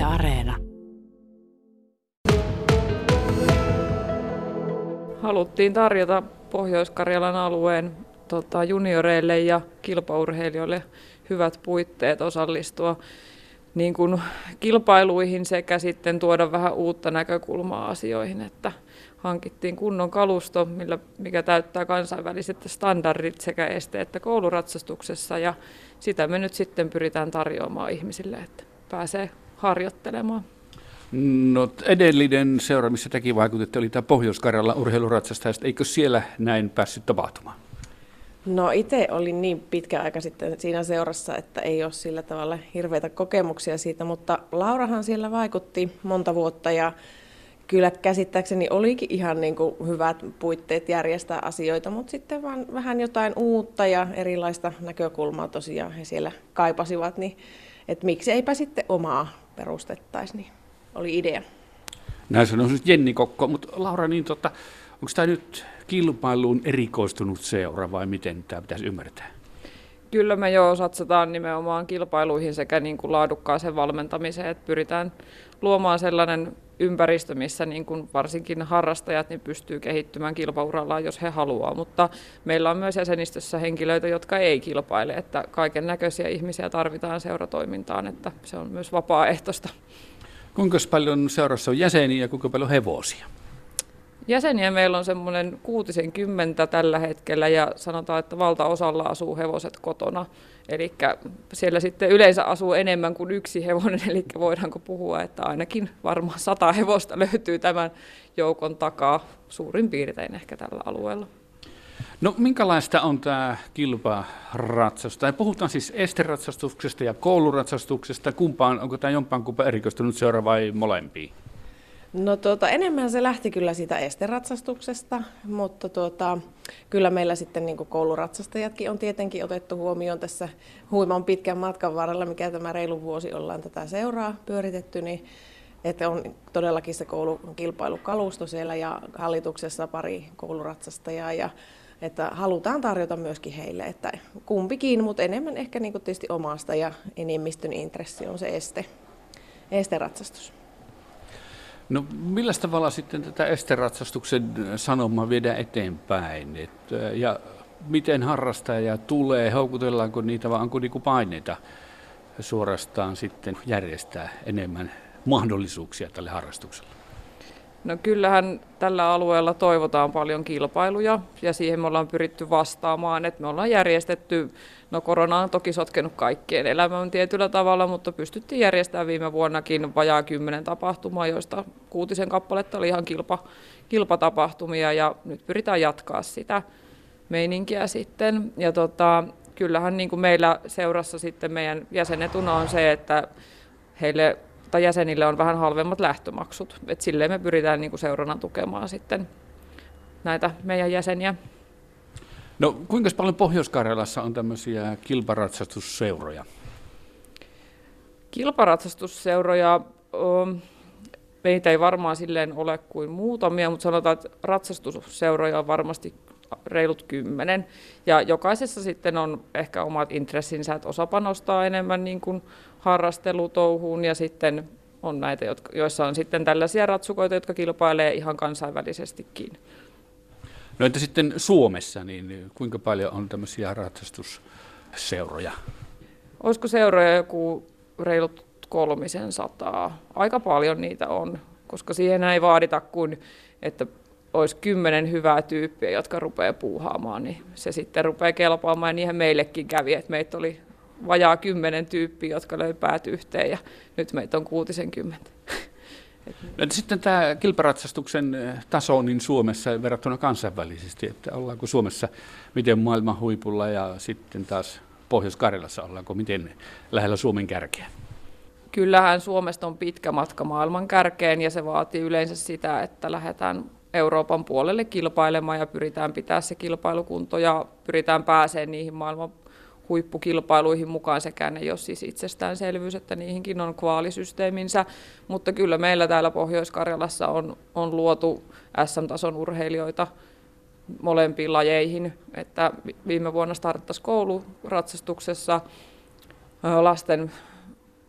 Areena. Haluttiin tarjota Pohjois-Karjalan alueen junioreille ja kilpaurheilijoille hyvät puitteet osallistua niin kuin kilpailuihin sekä sitten tuoda vähän uutta näkökulmaa asioihin, että hankittiin kunnon kalusto, mikä täyttää kansainväliset standardit sekä este- että kouluratsastuksessa, ja sitä me nyt sitten pyritään tarjoamaan ihmisille, että pääsee harjoittelemaan. No, edellinen seura, missä tekin vaikutitte, oli tämä Pohjois-Karjalan urheiluratsastajasta. Eikö siellä näin päässyt tapahtumaan? No, itse olin niin pitkä aika sitten siinä seurassa, että ei ole sillä tavalla hirveitä kokemuksia siitä, mutta Laurahan siellä vaikutti monta vuotta ja kyllä käsittääkseni olikin ihan niin kuin hyvät puitteet järjestää asioita, mutta sitten vaan vähän jotain uutta ja erilaista näkökulmaa tosiaan he siellä kaipasivat, niin että miksi eipä sitten omaa perustettaisi, niin oli idea. Näin sanoi Jenni Kokko, mutta Laura, niin onko tämä nyt kilpailuun erikoistunut seura vai miten tämä pitäisi ymmärtää? Kyllä me satsataan nimenomaan kilpailuihin sekä niin kuin laadukkaaseen valmentamiseen, että pyritään luomaan sellainen ympäristö, missä niin kuin varsinkin harrastajat niin pystyy kehittymään kilpaurallaan, jos he haluaa, mutta meillä on myös jäsenistössä henkilöitä, jotka ei kilpaile, että kaiken näköisiä ihmisiä tarvitaan seuratoimintaan, että se on myös vapaaehtoista. Kuinka paljon seurassa on jäseniä ja kuinka paljon hevosia? Jäseniä meillä on semmoinen 60 tällä hetkellä ja sanotaan, että valtaosalla asuu hevoset kotona. Eli siellä sitten yleensä asuu enemmän kuin yksi hevonen, eli voidaanko puhua, että ainakin varmaan 100 hevosta löytyy tämän joukon takaa suurin piirtein ehkä tällä alueella. No, minkälaista on tämä kilparatsastus? Tai puhutaan siis esteratsastuksesta ja kouluratsastuksesta. Onko tämä jompaankumpaan erikoistunut seura vai molempiin? No enemmän se lähti kyllä siitä esteratsastuksesta, mutta kyllä meillä sitten niin kuin kouluratsastajatkin on tietenkin otettu huomioon tässä huiman pitkän matkan varrella, mikä tämä reilu vuosi ollaan tätä seuraa pyöritetty, niin että on todellakin se koulukilpailukalusto siellä ja hallituksessa pari kouluratsastajaa ja että halutaan tarjota myöskin heille, että kumpikin, mutta enemmän ehkä niin kuin tietysti omasta ja enemmistön intressi on se esteratsastus. No, millä tavalla sitten tätä esteratsastuksen sanomaa viedään eteenpäin? Ja miten harrastajia tulee? Houkutellaanko niitä vai onko niinku paineita suorastaan sitten järjestää enemmän mahdollisuuksia tälle harrastukselle? No kyllähän tällä alueella toivotaan paljon kilpailuja ja siihen me ollaan pyritty vastaamaan, että me ollaan järjestetty, no korona on toki sotkenut kaikkien elämän tietyllä tavalla, mutta pystyttiin järjestämään viime vuonnakin vajaa 10 tapahtumaa, joista 6 kappaletta oli ihan kilpatapahtumia ja nyt pyritään jatkaa sitä meininkiä sitten. Ja kyllähän niin kuin meillä seurassa sitten meidän jäsenetuna on se, että jäsenille on vähän halvemmat lähtömaksut. Et silleen me pyritään niin kuin seurana tukemaan sitten näitä meidän jäseniä. No, kuinka paljon Pohjois-Karjalassa on tämmöisiä kilparatsastusseuroja? Kilparatsastusseuroja, meitä ei varmaan silleen ole kuin muutamia, mutta sanotaan, että ratsastusseuroja on varmasti reilut 10. Ja jokaisessa sitten on ehkä omat intressinsä, että osa panostaa enemmän niin kuin harrastelutouhuun ja sitten on näitä, joissa on sitten tällaisia ratsukoita, jotka kilpailee ihan kansainvälisestikin. No entä sitten Suomessa, niin kuinka paljon on tämmöisiä ratsastusseuroja? Olisiko seuroja joku reilut 300? Aika paljon niitä on, koska siihen ei vaadita kuin, että olisi 10 hyvää tyyppiä, jotka rupeaa puuhaamaan, niin se sitten rupeaa kelpaamaan ja niinhän meillekin kävi, että meitä oli vajaa 10 tyyppiä, jotka löi päät yhteen ja nyt meitä on 60. No, sitten tämä kilparatsastuksen taso niin Suomessa verrattuna kansainvälisesti, että ollaanko Suomessa miten maailman huipulla ja sitten taas Pohjois-Karjalassa ollaanko miten lähellä Suomen kärkeä? Kyllähän Suomesta on pitkä matka maailman kärkeen ja se vaatii yleensä sitä, että lähdetään Euroopan puolelle kilpailemaan ja pyritään pitää se kilpailukunto ja pyritään pääsemään niihin maailman huippukilpailuihin mukaan. Sekään ei ole siis itsestäänselvyys, että niihinkin on kvaalisysteeminsä, mutta kyllä meillä täällä Pohjois-Karjalassa on luotu SM-tason urheilijoita molempiin lajeihin, että viime vuonna starttasi kouluratsastuksessa lasten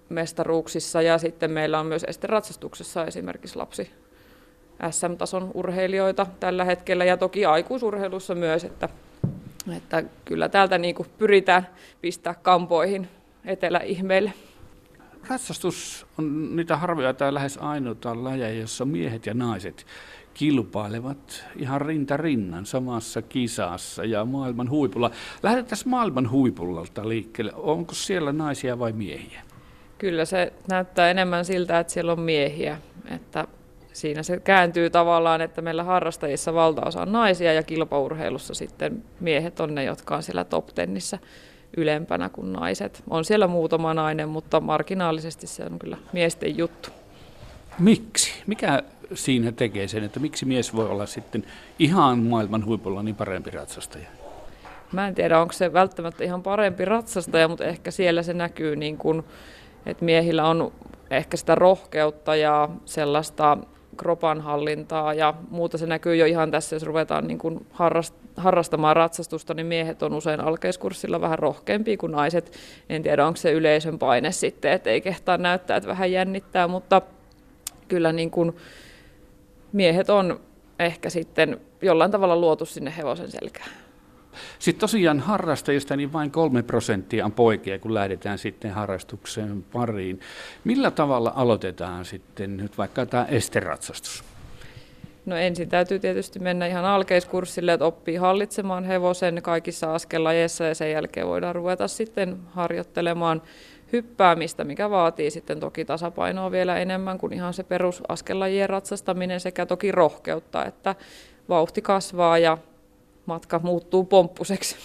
mestaruuksissa ja sitten meillä on myös esteratsastuksessa esimerkiksi lapsi SM-tason urheilijoita tällä hetkellä ja toki aikuisurheilussa myös, että kyllä täältä niin kuin pyritään pistää kampoihin eteläihmeille. Ratsastus on niitä harvoja tai lähes ainoita lajeja, jossa miehet ja naiset kilpailevat ihan rinta rinnan samassa kisassa ja maailman huipulla. Lähdetään maailman huipullalta liikkeelle. Onko siellä naisia vai miehiä? Kyllä se näyttää enemmän siltä, että siellä on miehiä. Että siinä se kääntyy tavallaan, että meillä harrastajissa valtaosa on naisia ja kilpaurheilussa sitten miehet on ne, jotka on siellä top 10:issä ylempänä kuin naiset. On siellä muutama nainen, mutta marginaalisesti se on kyllä miesten juttu. Miksi? Mikä siinä tekee sen, että miksi mies voi olla sitten ihan maailman huipulla niin parempi ratsastaja? Mä en tiedä, onko se välttämättä ihan parempi ratsastaja, mutta ehkä siellä se näkyy, niin kuin, että miehillä on ehkä sitä rohkeutta ja sellaista kropan hallintaa ja muuta. Se näkyy jo ihan tässä, jos ruvetaan niin kuin harrastamaan ratsastusta, niin miehet on usein alkeiskurssilla vähän rohkeampia kuin naiset. En tiedä, onko se yleisön paine sitten, että ei kehtaa näyttää, että vähän jännittää, mutta kyllä niin kuin miehet on ehkä sitten jollain tavalla luotu sinne hevosen selkään. Sitten tosiaan harrastajista niin vain 3% on poikia, kun lähdetään sitten harrastukseen pariin. Millä tavalla aloitetaan sitten nyt vaikka tämä esteratsastus? No ensin täytyy tietysti mennä ihan alkeiskurssille, että oppii hallitsemaan hevosen kaikissa askelajeissa ja sen jälkeen voidaan ruveta sitten harjoittelemaan hyppäämistä, mikä vaatii sitten toki tasapainoa vielä enemmän kuin ihan se perusaskelajien ratsastaminen sekä toki rohkeutta, että vauhti kasvaa ja matka muuttuu pomppuseksi.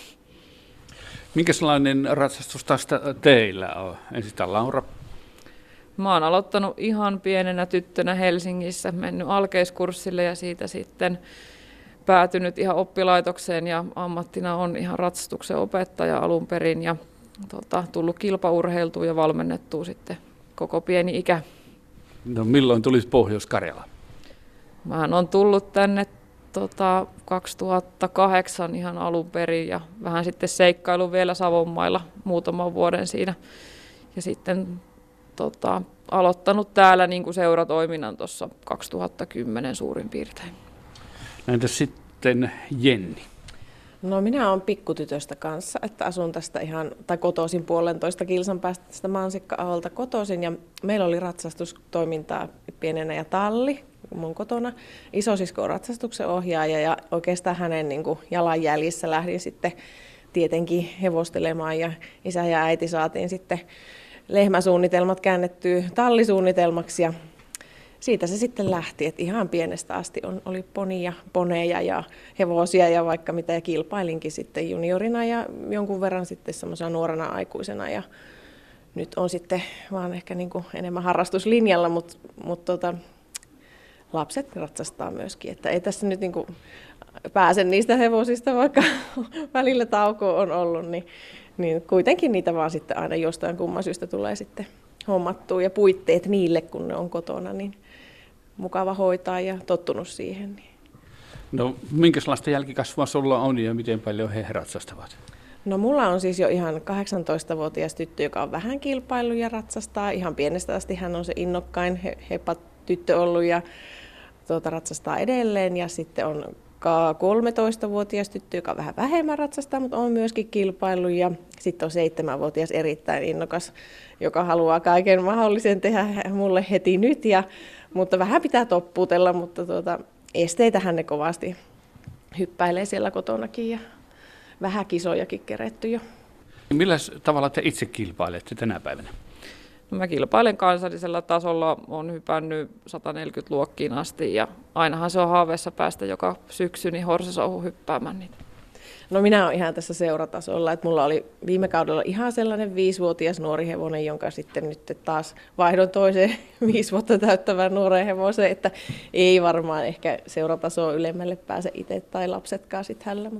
Minkälainen ratsastus tästä teillä on? Ensin Laura. Mä oon aloittanut ihan pienenä tyttönä Helsingissä, mennyt alkeiskurssille ja siitä sitten päätynyt ihan oppilaitokseen ja ammattina on ihan ratsastuksen opettaja alun perin ja tullut kilpaurheiltua ja valmennettua sitten koko pieni ikä. No milloin tulit Pohjois-Karjalaan? Mähän on tullut tänne 2008 ihan alun perin ja vähän sitten seikkailu vielä Savonmailla muutaman vuoden siinä ja sitten aloittanut täällä niin kuin seuratoiminnan tuossa 2010 suurin piirtein. Entäs sitten Jenni? No minä olen pikkutytöstä kanssa, että asun tästä kotoisin 1,5 kilsan päästä tästä Mansikka-aholta kotoisin ja meillä oli ratsastustoimintaa pienenä ja talli mun kotona. Isosisko on ratsastuksen ohjaaja ja oikeastaan hänen niin kuin jalanjäljissä lähdin sitten tietenkin hevostelemaan ja isä ja äiti saatiin sitten lehmäsuunnitelmat käännettyä tallisuunnitelmaksi ja siitä se sitten lähti, että ihan pienestä asti oli ponia, poneja ja hevosia ja vaikka mitä ja kilpailinkin sitten juniorina ja jonkun verran sitten semmoisena nuorena aikuisena ja nyt on sitten vaan ehkä niin kuin enemmän harrastuslinjalla, mutta lapset ratsastaa myöskin, että ei tässä nyt niin kuin pääse niistä hevosista, vaikka välillä tauko on ollut, niin kuitenkin niitä vaan sitten aina jostain kumman syystä tulee sitten hommattua ja puitteet niille, kun ne on kotona, niin mukava hoitaa ja tottunut siihen. No minkälaista jälkikasvua sulla on ja miten paljon he ratsastavat? No mulla on siis jo ihan 18-vuotias tyttö, joka on vähän kilpailu ja ratsastaa. Ihan pienestä asti hän on se innokkain hepa-tyttö ollut ja ratsastaa edelleen. Ja sitten on 13-vuotias tyttö, joka vähän vähemmän ratsastaa, mutta on myöskin kilpailu. Ja sitten on 7-vuotias erittäin innokas, joka haluaa kaiken mahdollisen tehdä mulle heti nyt. Mutta vähän pitää toppuutella, mutta esteitähän ne kovasti hyppäilee siellä kotonakin ja vähän kisojakin keretty jo. Millä tavalla te itse kilpailette tänä päivänä? No mä kilpailen kansallisella tasolla, olen hypännyt 140 luokkiin asti ja ainahan se on haaveessa päästä joka syksy niin Horsasouhun hyppäämään niitä. No minä olen ihan tässä seuratasolla, että mulla oli viime kaudella ihan sellainen 5-vuotias nuori hevonen, jonka sitten nyt taas vaihdon toiseen 5 vuotta täyttävään nuoreen hevoseen, että ei varmaan ehkä seuratasoa ylemmälle pääse itse tai lapsetkaan sitten hällä,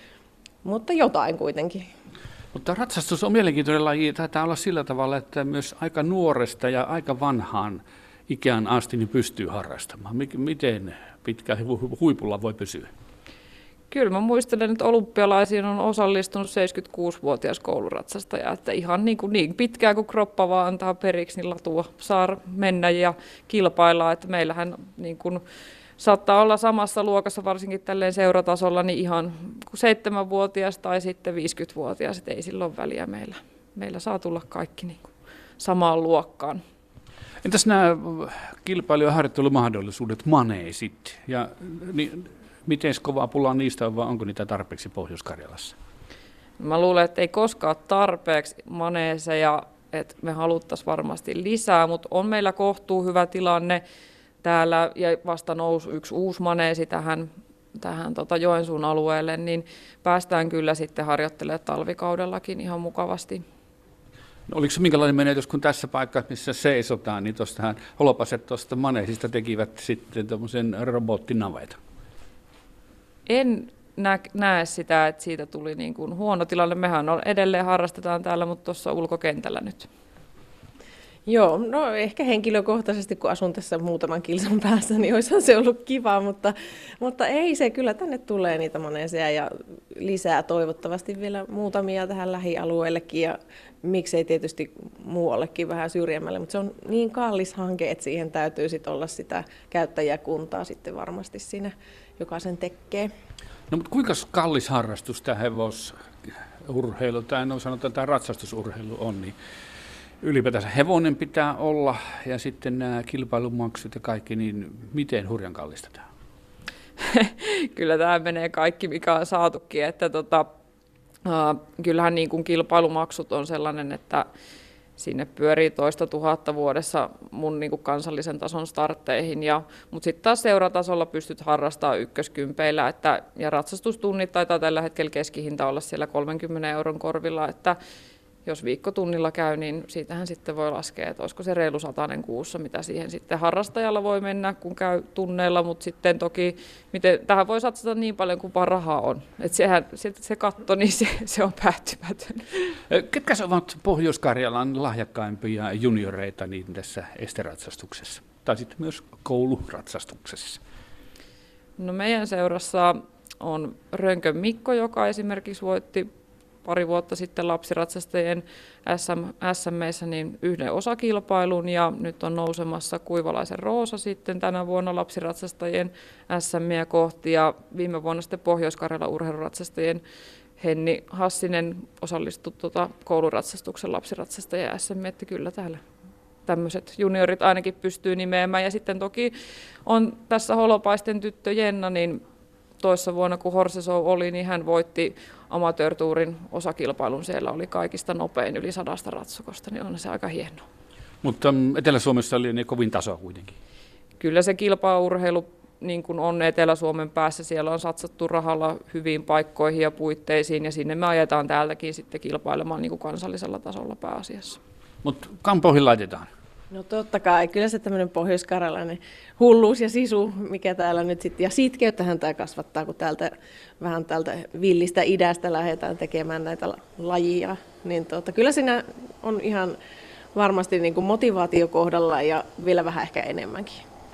mutta jotain kuitenkin. Mutta ratsastus on mielenkiintoinen laji. Taitaa olla sillä tavalla, että myös aika nuoresta ja aika vanhaan ikään asti niin pystyy harrastamaan. Miten pitkä huipulla voi pysyä? Kyllä mä muistelen, että olympialaisiin on osallistunut 76-vuotias kouluratsastaja, että ihan niin pitkään kuin kroppa vaan antaa periksi, niin latua saa mennä ja kilpailla, että meillähän niin kuin saattaa olla samassa luokassa, varsinkin tälleen seuratasolla, niin ihan 7-vuotias tai sitten 50-vuotias, että ei silloin väliä meillä. Meillä saa tulla kaikki niin kuin samaan luokkaan. Entäs nämä kilpailu- ja harjoittelumahdollisuudet, maneesit, ja miten kovaa pulaa niistä on, vai onko niitä tarpeeksi Pohjois-Karjalassa? Mä luulen, että ei koskaan tarpeeksi maneeseja, että me haluttaisiin varmasti lisää, mutta on meillä kohtuu hyvä tilanne täällä ja vasta nousi yksi uusi maneesi tähän Joensuun alueelle, niin päästään kyllä sitten harjoittelemaan talvikaudellakin ihan mukavasti. No, oliko se minkälainen menetys, kun tässä paikassa, missä seisotaan, niin tuostahan Holopaset tuosta maneesista tekivät sitten tuommoisen robottinavetan? En näe sitä, että siitä tuli niin kuin huono tilanne. Mehän edelleen harrastetaan täällä, mutta tuossa ulkokentällä nyt. Joo, no ehkä henkilökohtaisesti, kun asun tässä muutaman kilsan päässä, niin olisihan se ollut kiva, mutta ei se, kyllä tänne tulee niitä maneeseja ja lisää toivottavasti vielä muutamia tähän lähialueellekin ja miksei tietysti muuallekin vähän syrjemmälle, mutta se on niin kallis hanke, että siihen täytyy sitten olla sitä käyttäjäkuntaa sitten varmasti siinä, joka sen tekee. No mutta kuinka kallis harrastus tämä hevosurheilu, sanotaan tämä ratsastusurheilu on, niin ylipäätänsä hevonen pitää olla ja sitten nämä kilpailumaksut ja kaikki, niin miten hurjan kallista tämä on? Kyllä tämä menee kaikki, mikä on saatukin, että kyllähän niin kuin kilpailumaksut on sellainen, että sinne pyörii 2 000 vuodessa mun niin kuin kansallisen tason startteihin, mutta sitten taas seuratasolla pystyt harrastamaan ykköskympeillä, ja ratsastustunnit taitaa tällä hetkellä keskihinta olla siellä 30 euron korvilla, että jos viikkotunnilla käy, niin siitähän sitten voi laskea, että olisiko se reilu 100 kuussa, mitä siihen sitten harrastajalla voi mennä, kun käy tunneilla, mutta sitten toki tähän voi satsata niin paljon kuin vaan rahaa on. Että se katto, niin se on päättymätön. Ketkä ovat Pohjois-Karjalan lahjakkaimpia junioreita niin tässä esteratsastuksessa, tai sitten myös kouluratsastuksessa? No meidän seurassa on Rönkön Mikko, joka esimerkiksi voitti pari vuotta sitten lapsiratsastajien SM:issä niin yhden osakilpailun ja nyt on nousemassa Kuivalaisen Roosa sitten tänä vuonna lapsiratsastajien SM:iä kohti ja viime vuonna sitten Pohjois-Karjalan urheiluratsastajien Henni Hassinen osallistui kouluratsastuksen lapsiratsastajien SM, että kyllä täällä tämmöiset juniorit ainakin pystyy nimeämään ja sitten toki on tässä Holopaisten tyttö Jenna, niin toissa vuonna, kun Horse Show oli, niin hän voitti amatöörtuurin osakilpailun. Siellä oli kaikista nopein yli 100 ratsukosta, niin on se aika hienoa. Mutta Etelä-Suomessa oli niin kovin tasoa kuitenkin. Kyllä se kilpaurheilu niin kuin on Etelä-Suomen päässä. Siellä on satsattu rahalla hyviin paikkoihin ja puitteisiin, ja sinne me ajetaan täältäkin sitten kilpailemaan niin kuin kansallisella tasolla pääasiassa. Mutta kampoihin laitetaan. No totta kai, kyllä se tämmöinen pohjois-karjalainen hulluus ja sisu, mikä täällä nyt sitten, ja sitkeyttähän tämä kasvattaa, kun vähän täältä villistä idästä lähdetään tekemään näitä lajia, niin kyllä siinä on ihan varmasti niin kuin motivaatio kohdalla ja vielä vähän ehkä enemmänkin.